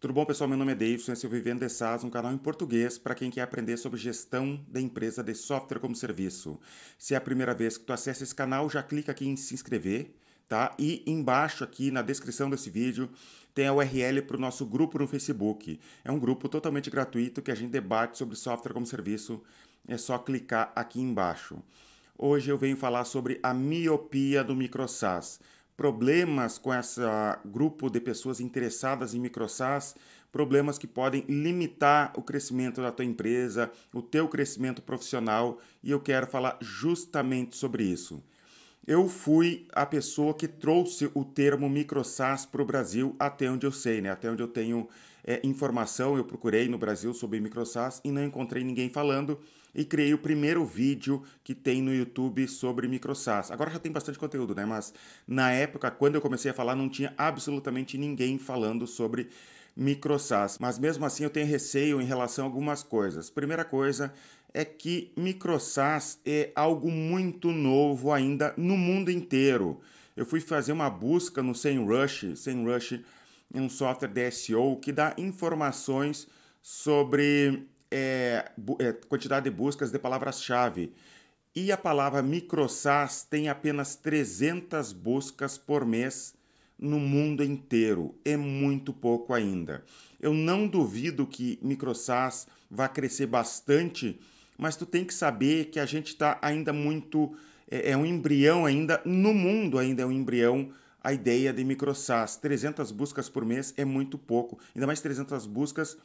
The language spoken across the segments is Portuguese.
Tudo bom, pessoal? Meu nome é Davidson, esse é o Vivendo de SaaS, um canal em português para quem quer aprender sobre gestão da empresa de software como serviço. Se é a primeira vez que tu acessa esse canal, já clica aqui em se inscrever, tá? E embaixo aqui na descrição desse vídeo tem a URL para o nosso grupo no Facebook. É um grupo totalmente gratuito que a gente debate sobre software como serviço. É só clicar aqui embaixo. Hoje eu venho falar sobre a miopia do microsas. Problemas com esse grupo de pessoas interessadas em microsas, problemas que podem limitar o crescimento da tua empresa, o teu crescimento profissional, e eu quero falar justamente sobre isso. Eu fui a pessoa que trouxe o termo microsas para o Brasil, até onde eu sei, né? Até onde eu tenho informação. Eu procurei no Brasil sobre microsas e não encontrei ninguém falando, e criei o primeiro vídeo que tem no YouTube sobre microsas. Agora já tem bastante conteúdo, né? Mas na época, quando eu comecei a falar, não tinha absolutamente ninguém falando sobre microsas. Mas mesmo assim eu tenho receio em relação a algumas coisas. Primeira coisa é que microsas é algo muito novo ainda no mundo inteiro. Eu fui fazer uma busca no SEMrush. SEMrush é um software de SEO que dá informações sobre quantidade de buscas de palavras-chave. E a palavra microsas tem apenas 300 buscas por mês no mundo inteiro. É muito pouco ainda. Eu não duvido que microsas vá crescer bastante, mas tu tem que saber que a gente está ainda muito... É um embrião ainda, no mundo ainda é um embrião a ideia de microsas. 300 buscas por mês é muito pouco. Ainda mais 300 buscas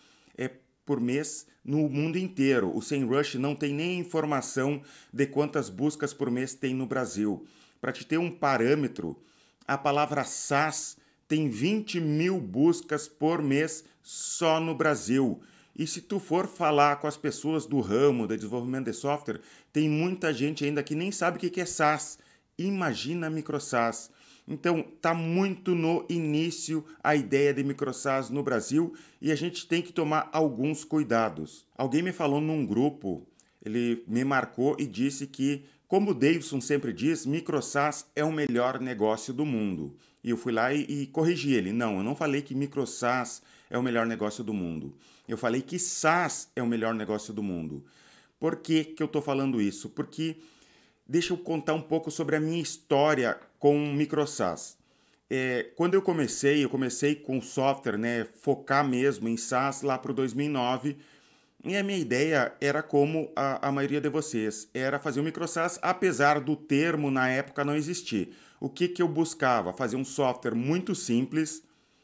por mês no mundo inteiro. O SEMrush não tem nem informação de quantas buscas por mês tem no Brasil. Para te ter um parâmetro, a palavra SaaS tem 20 mil buscas por mês só no Brasil. E se tu for falar com as pessoas do ramo de desenvolvimento de software, tem muita gente ainda que nem sabe o que é SaaS. Imagina microsas. Então, está muito no início a ideia de microsas no Brasil e a gente tem que tomar alguns cuidados. Alguém me falou num grupo, ele me marcou e disse que, como o Davidson sempre diz, microsas é o melhor negócio do mundo. E eu fui lá e corrigi ele. Não, eu não falei que microsas é o melhor negócio do mundo. Eu falei que SaaS é o melhor negócio do mundo. Por que que eu estou falando isso? Porque deixa eu contar um pouco sobre a minha história com microsas. Quando eu comecei com software, né, focar mesmo em SaaS lá para o 2009, e a minha ideia era como a maioria de vocês, era fazer um microsas, apesar do termo na época não existir. O que que eu buscava? Fazer um software muito simples,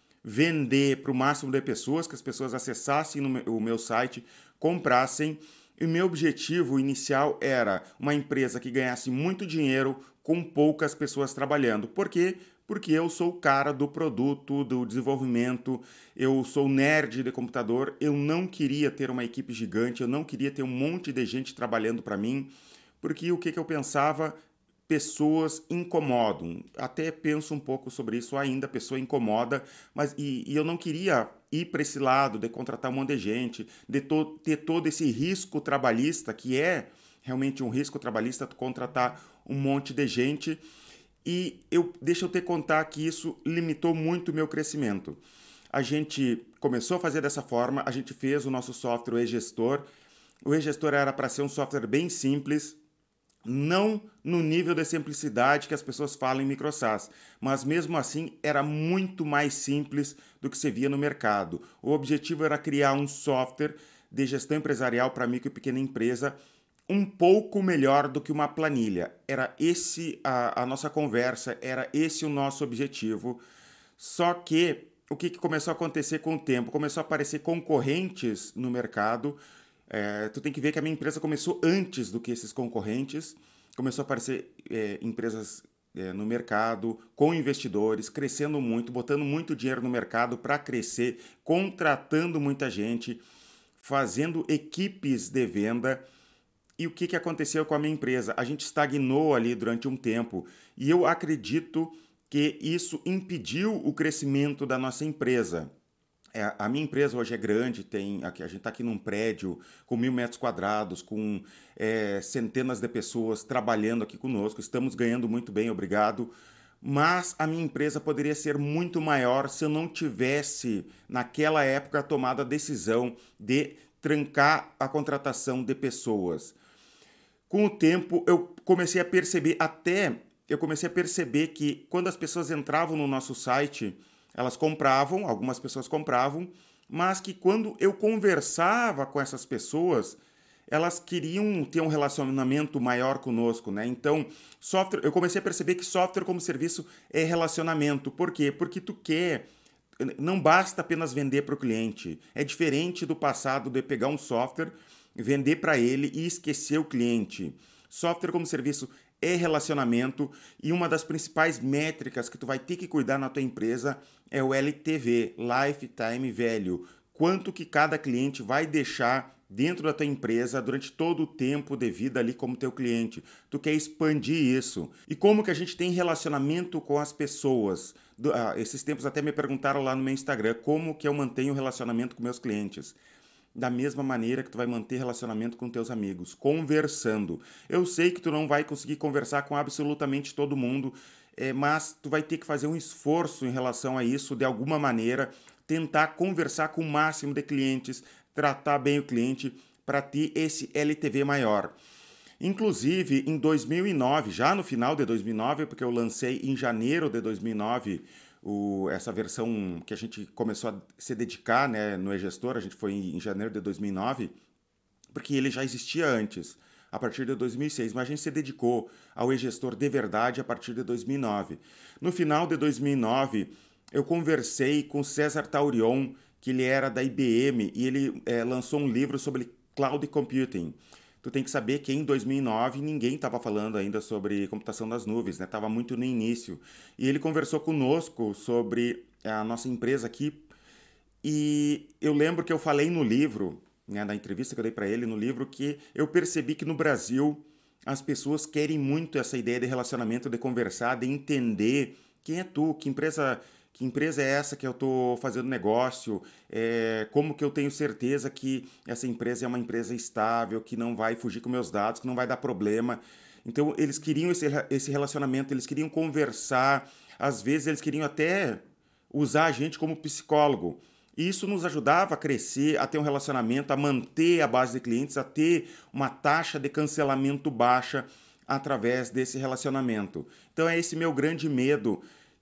vender para o máximo de pessoas, que as pessoas acessassem o meu site, comprassem. E o meu objetivo inicial era uma empresa que ganhasse muito dinheiro com poucas pessoas trabalhando. Por quê? Porque eu sou o cara do produto, do desenvolvimento, eu sou nerd de computador, eu não queria ter uma equipe gigante, eu não queria ter um monte de gente trabalhando para mim, porque o que que eu pensava? Pessoas incomodam. Até penso um pouco sobre isso ainda, pessoa incomoda, mas eu não queria ir para esse lado de contratar um monte de gente, de ter todo esse risco trabalhista, que é realmente um risco trabalhista, tu contratar um monte de gente. Deixa eu te contar que isso limitou muito o meu crescimento. A gente começou a fazer dessa forma, a gente fez o nosso software e-gestor. O e-gestor era para ser um software bem simples, não no nível de simplicidade que as pessoas falam em microsas, mas mesmo assim era muito mais simples do que se via no mercado. O objetivo era criar um software de gestão empresarial para micro e pequena empresa um pouco melhor do que uma planilha. Era esse a nossa conversa, era esse o nosso objetivo. Só que o que começou a acontecer com o tempo? Começou a aparecer concorrentes no mercado. Tu tem que ver que a minha empresa começou antes do que esses concorrentes. Começou a aparecer empresas no mercado, com investidores, crescendo muito, botando muito dinheiro no mercado para crescer, contratando muita gente, fazendo equipes de venda. E o que aconteceu com a minha empresa? A gente estagnou ali durante um tempo e eu acredito que isso impediu o crescimento da nossa empresa. A minha empresa hoje é grande, a gente está aqui num prédio com 1.000 metros quadrados, com centenas de pessoas trabalhando aqui conosco, estamos ganhando muito bem, obrigado. mas a minha empresa poderia ser muito maior se eu não tivesse, naquela época, tomado a decisão de trancar a contratação de pessoas. Com o tempo, eu comecei a perceber que quando as pessoas entravam no nosso site, elas compravam, algumas pessoas compravam, mas que quando eu conversava com essas pessoas, elas queriam ter um relacionamento maior conosco, né? Então, eu comecei a perceber que software como serviço é relacionamento. Por quê? Porque não basta apenas vender para o cliente. É diferente do passado de pegar um software, vender para ele e esquecer o cliente. Software como serviço é relacionamento e uma das principais métricas que tu vai ter que cuidar na tua empresa é o LTV, Lifetime Value. Quanto que cada cliente vai deixar dentro da tua empresa durante todo o tempo de vida ali como teu cliente. Tu quer expandir isso. E como que a gente tem relacionamento com as pessoas? Esses tempos até me perguntaram lá no meu Instagram como que eu mantenho relacionamento com meus clientes. Da mesma maneira que tu vai manter relacionamento com teus amigos, conversando. Eu sei que tu não vai conseguir conversar com absolutamente todo mundo, mas tu vai ter que fazer um esforço em relação a isso, de alguma maneira, tentar conversar com o máximo de clientes, tratar bem o cliente para ter esse LTV maior. Inclusive, em 2009, já no final de 2009, porque eu lancei em janeiro de 2009 essa versão que a gente começou a se dedicar, né, no eGestor, a gente foi em janeiro de 2009, porque ele já existia antes, a partir de 2006, mas a gente se dedicou ao eGestor de verdade a partir de 2009. No final de 2009, eu conversei com César Taurion, que ele era da IBM, e ele lançou um livro sobre Cloud Computing. Tu tem que saber que em 2009 ninguém estava falando ainda sobre computação das nuvens, né? Estava muito no início. E ele conversou conosco sobre a nossa empresa aqui. E eu lembro que eu falei no livro, né, na entrevista que eu dei para ele no livro, que eu percebi que no Brasil as pessoas querem muito essa ideia de relacionamento, de conversar, de entender quem é tu, que empresa é essa que eu estou fazendo negócio, como que eu tenho certeza que essa empresa é uma empresa estável, que não vai fugir com meus dados, que não vai dar problema. Então eles queriam esse relacionamento, eles queriam conversar, às vezes eles queriam até usar a gente como psicólogo. E isso nos ajudava a crescer, a ter um relacionamento, a manter a base de clientes, a ter uma taxa de cancelamento baixa através desse relacionamento. Então é esse meu grande medo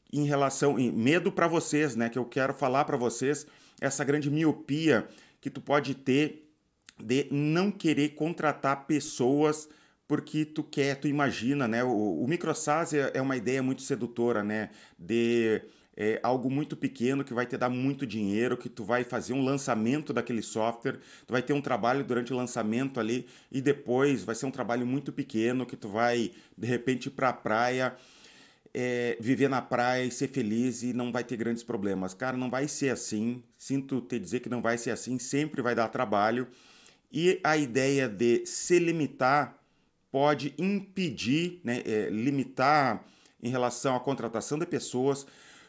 medo para vocês, né, que eu quero falar para vocês, essa grande miopia que tu pode ter de não querer contratar pessoas porque tu imagina, né? O microsas é uma ideia muito sedutora, né? De algo muito pequeno que vai te dar muito dinheiro, que tu vai fazer um lançamento daquele software, tu vai ter um trabalho durante o lançamento ali e depois vai ser um trabalho muito pequeno que tu vai, de repente, ir para a praia, viver na praia e ser feliz e não vai ter grandes problemas. Cara, não vai ser assim. Sinto te dizer que não vai ser assim, sempre vai dar trabalho. E a ideia de se limitar pode impedir, né, limitar em relação à contratação de pessoas,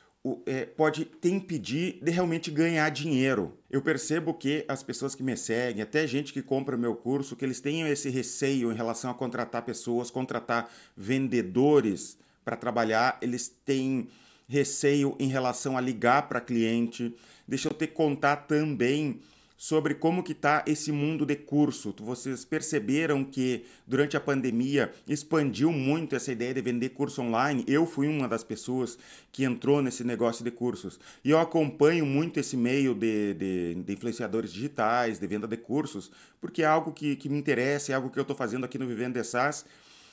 pode te impedir de realmente ganhar dinheiro. Eu percebo que as pessoas que me seguem, até gente que compra o meu curso, que eles têm esse receio em relação a contratar pessoas, contratar vendedores para trabalhar, eles têm receio em relação a ligar para cliente. Deixa eu te contar também sobre como que está esse mundo de curso. Vocês perceberam que durante a pandemia expandiu muito essa ideia de vender curso online? Eu fui uma das pessoas que entrou nesse negócio de cursos. E eu acompanho muito esse meio de influenciadores digitais, de venda de cursos, porque é algo que me interessa, é algo que eu estou fazendo aqui no Vivendo de SaaS.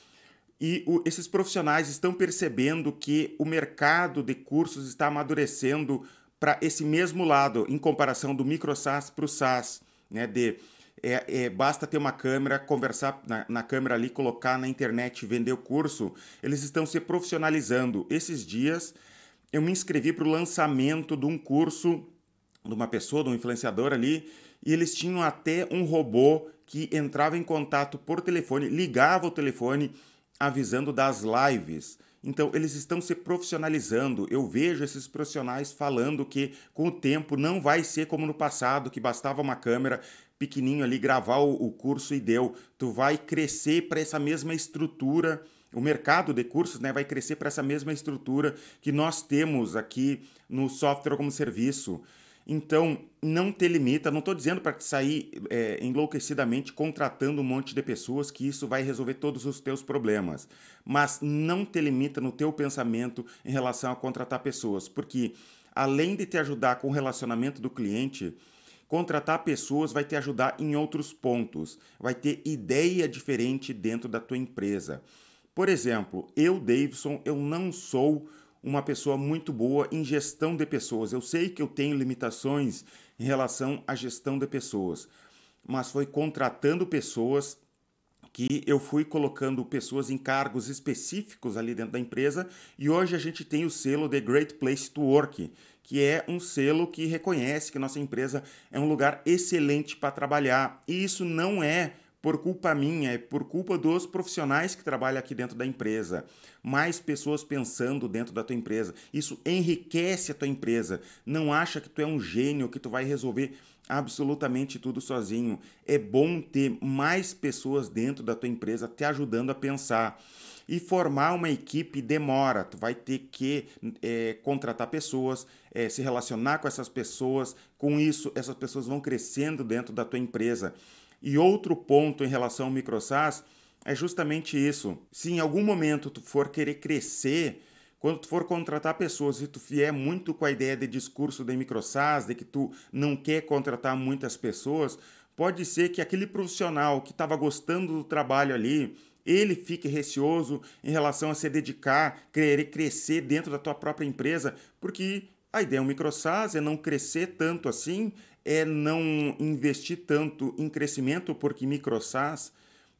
E esses profissionais estão percebendo que o mercado de cursos está amadurecendo para esse mesmo lado, em comparação do micro SaaS para o SaaS, né? Basta ter uma câmera, conversar na câmera ali, colocar na internet, vender o curso. Eles estão se profissionalizando. Esses dias eu me inscrevi para o lançamento de um curso de uma pessoa, de um influenciador ali, e eles tinham até um robô que entrava em contato por telefone, ligava o telefone avisando das lives. Então, eles estão se profissionalizando. Eu vejo esses profissionais falando que, com o tempo, não vai ser como no passado, que bastava uma câmera pequenininho ali, gravar o curso e deu. Tu vai crescer para essa mesma estrutura o mercado de cursos, né, vai crescer para essa mesma estrutura que nós temos aqui no software como serviço. Então, não te limita, não estou dizendo para sair enlouquecidamente contratando um monte de pessoas que isso vai resolver todos os teus problemas, mas não te limita no teu pensamento em relação a contratar pessoas, porque além de te ajudar com o relacionamento do cliente, contratar pessoas vai te ajudar em outros pontos, vai ter ideia diferente dentro da tua empresa. Por exemplo, eu, Davidson, eu não sou uma pessoa muito boa em gestão de pessoas. Eu sei que eu tenho limitações em relação à gestão de pessoas, mas foi contratando pessoas que eu fui colocando pessoas em cargos específicos ali dentro da empresa e hoje a gente tem o selo The Great Place to Work, que é um selo que reconhece que nossa empresa é um lugar excelente para trabalhar. E isso não é por culpa minha, é por culpa dos profissionais que trabalham aqui dentro da empresa. Mais pessoas pensando dentro da tua empresa. Isso enriquece a tua empresa. Não acha que tu é um gênio, que tu vai resolver absolutamente tudo sozinho. É bom ter mais pessoas dentro da tua empresa te ajudando a pensar. E formar uma equipe demora. Tu vai ter que contratar pessoas, se relacionar com essas pessoas. Com isso, essas pessoas vão crescendo dentro da tua empresa. E outro ponto em relação ao MicroSaaS é justamente isso. Se em algum momento tu for querer crescer, quando tu for contratar pessoas e tu vier muito com a ideia de discurso de MicroSaaS, de que tu não quer contratar muitas pessoas, pode ser que aquele profissional que estava gostando do trabalho ali, ele fique receoso em relação a se dedicar, querer crescer dentro da tua própria empresa, porque a ideia do MicroSaaS é não crescer tanto assim, é não investir tanto em crescimento, porque MicroSaaS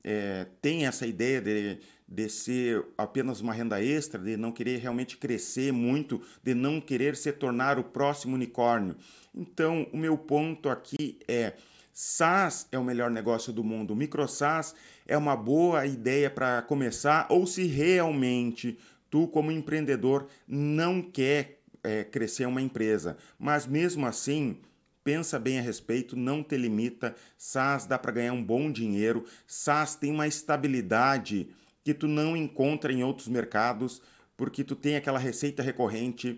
tem essa ideia de ser apenas uma renda extra, de não querer realmente crescer muito, de não querer se tornar o próximo unicórnio. Então, o meu ponto aqui é: SaaS é o melhor negócio do mundo, MicroSaaS é uma boa ideia para começar, ou se realmente tu, como empreendedor, não quer crescer uma empresa, mas mesmo assim pensa bem a respeito, não te limita. SaaS dá para ganhar um bom dinheiro. SaaS tem uma estabilidade que tu não encontra em outros mercados, porque tu tem aquela receita recorrente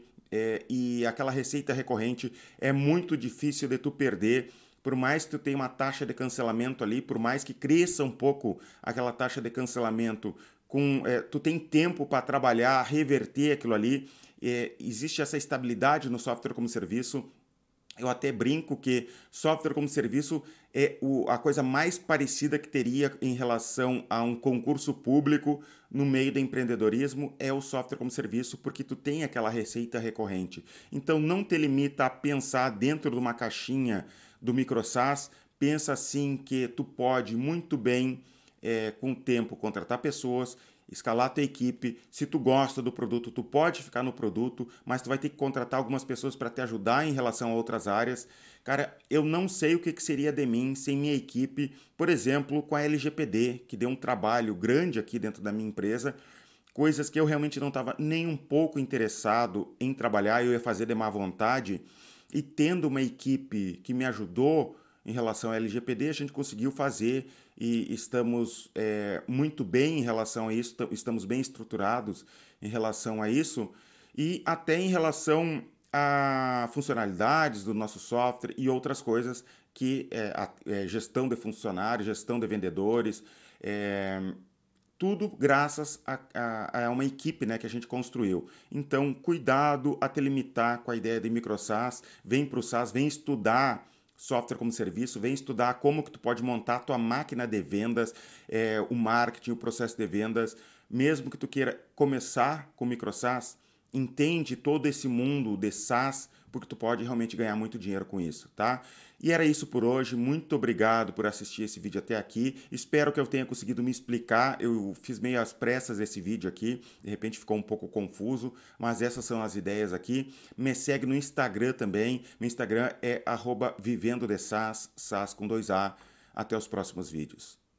e aquela receita recorrente é muito difícil de tu perder. Por mais que tu tenha uma taxa de cancelamento ali, por mais que cresça um pouco aquela taxa de cancelamento, tu tem tempo para trabalhar, reverter aquilo ali. Existe essa estabilidade no software como serviço. Eu até brinco que software como serviço é a coisa mais parecida que teria em relação a um concurso público no meio do empreendedorismo, é o software como serviço, porque tu tem aquela receita recorrente. Então não te limita a pensar dentro de uma caixinha do MicroSaaS, pensa assim que tu pode muito bem, com o tempo, contratar pessoas, escalar a tua equipe. Se tu gosta do produto, tu pode ficar no produto, mas tu vai ter que contratar algumas pessoas para te ajudar em relação a outras áreas. Cara, eu não sei o que seria de mim sem minha equipe, por exemplo, com a LGPD, que deu um trabalho grande aqui dentro da minha empresa, coisas que eu realmente não estava nem um pouco interessado em trabalhar, eu ia fazer de má vontade, e tendo uma equipe que me ajudou em relação ao LGPD, a gente conseguiu fazer e estamos muito bem em relação a isso, estamos bem estruturados em relação a isso e até em relação a funcionalidades do nosso software e outras coisas que gestão de funcionários, gestão de vendedores, tudo graças a uma equipe, né, que a gente construiu. Então, cuidado a te limitar com a ideia de MicroSaaS, vem para o SaaS, vem estudar software como serviço, vem estudar como que tu pode montar a tua máquina de vendas, o marketing, o processo de vendas. Mesmo que tu queira começar com MicroSaaS, entende todo esse mundo de SaaS, porque tu pode realmente ganhar muito dinheiro com isso, tá? E era isso por hoje, muito obrigado por assistir esse vídeo até aqui, espero que eu tenha conseguido me explicar, eu fiz meio às pressas esse vídeo aqui, de repente ficou um pouco confuso, mas essas são as ideias aqui. Me segue no Instagram também, meu Instagram é @vivendodesas, SaaS com 2A, até os próximos vídeos.